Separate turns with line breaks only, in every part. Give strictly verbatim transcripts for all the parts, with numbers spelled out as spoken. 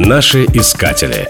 Наши искатели.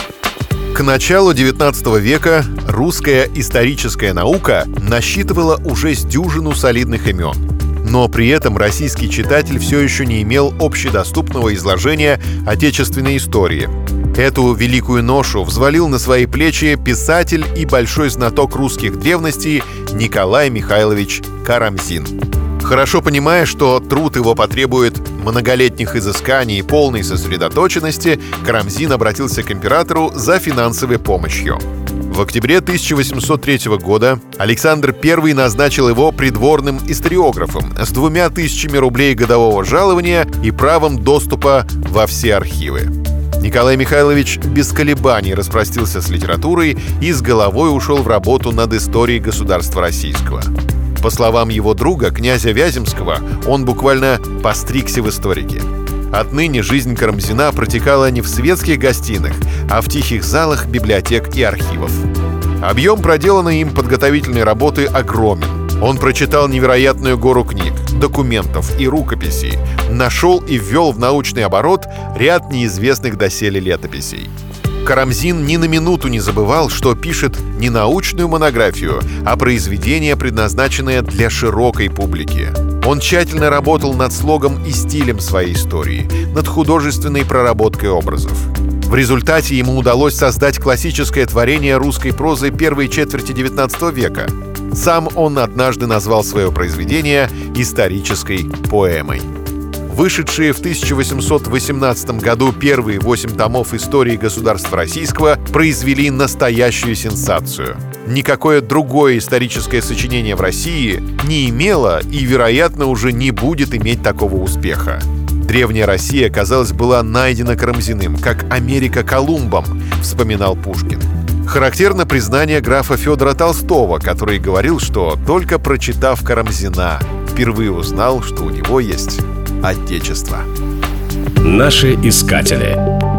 К началу девятнадцатого века русская историческая наука насчитывала уже с дюжину солидных имен. Но при этом российский читатель все еще не имел общедоступного изложения отечественной истории. Эту великую ношу взвалил на свои плечи писатель и большой знаток русских древностей Николай Михайлович Карамзин. Хорошо понимая, что труд его потребует многолетних изысканий и полной сосредоточенности, Карамзин обратился к императору за финансовой помощью. В октябре тысяча восемьсот третьего года Александр Первый назначил его придворным историографом с двумя тысячами рублей годового жалования и правом доступа во все архивы. Николай Михайлович без колебаний распростился с литературой и с головой ушел в работу над историей государства российского. По словам его друга, князя Вяземского, он буквально постригся в историке. Отныне жизнь Карамзина протекала не в светских гостиных, а в тихих залах библиотек и архивов. Объем проделанной им подготовительной работы огромен. Он прочитал невероятную гору книг, документов и рукописей, нашел и ввел в научный оборот ряд неизвестных доселе летописей. Карамзин ни на минуту не забывал, что пишет не научную монографию, а произведение, предназначенное для широкой публики. Он тщательно работал над слогом и стилем своей истории, над художественной проработкой образов. В результате ему удалось создать классическое творение русской прозы первой четверти девятнадцатого века. Сам он однажды назвал свое произведение исторической поэмой. Вышедшие в тысяча восемьсот восемнадцатом году первые восемь томов истории государства российского произвели настоящую сенсацию. Никакое другое историческое сочинение в России не имело и, вероятно, уже не будет иметь такого успеха. Древняя Россия, казалось, была найдена Карамзиным, как Америка Колумбом, вспоминал Пушкин. Характерно признание графа Федора Толстого, который говорил, что только прочитав Карамзина, впервые узнал, что у него есть Отечество.
Наши искатели.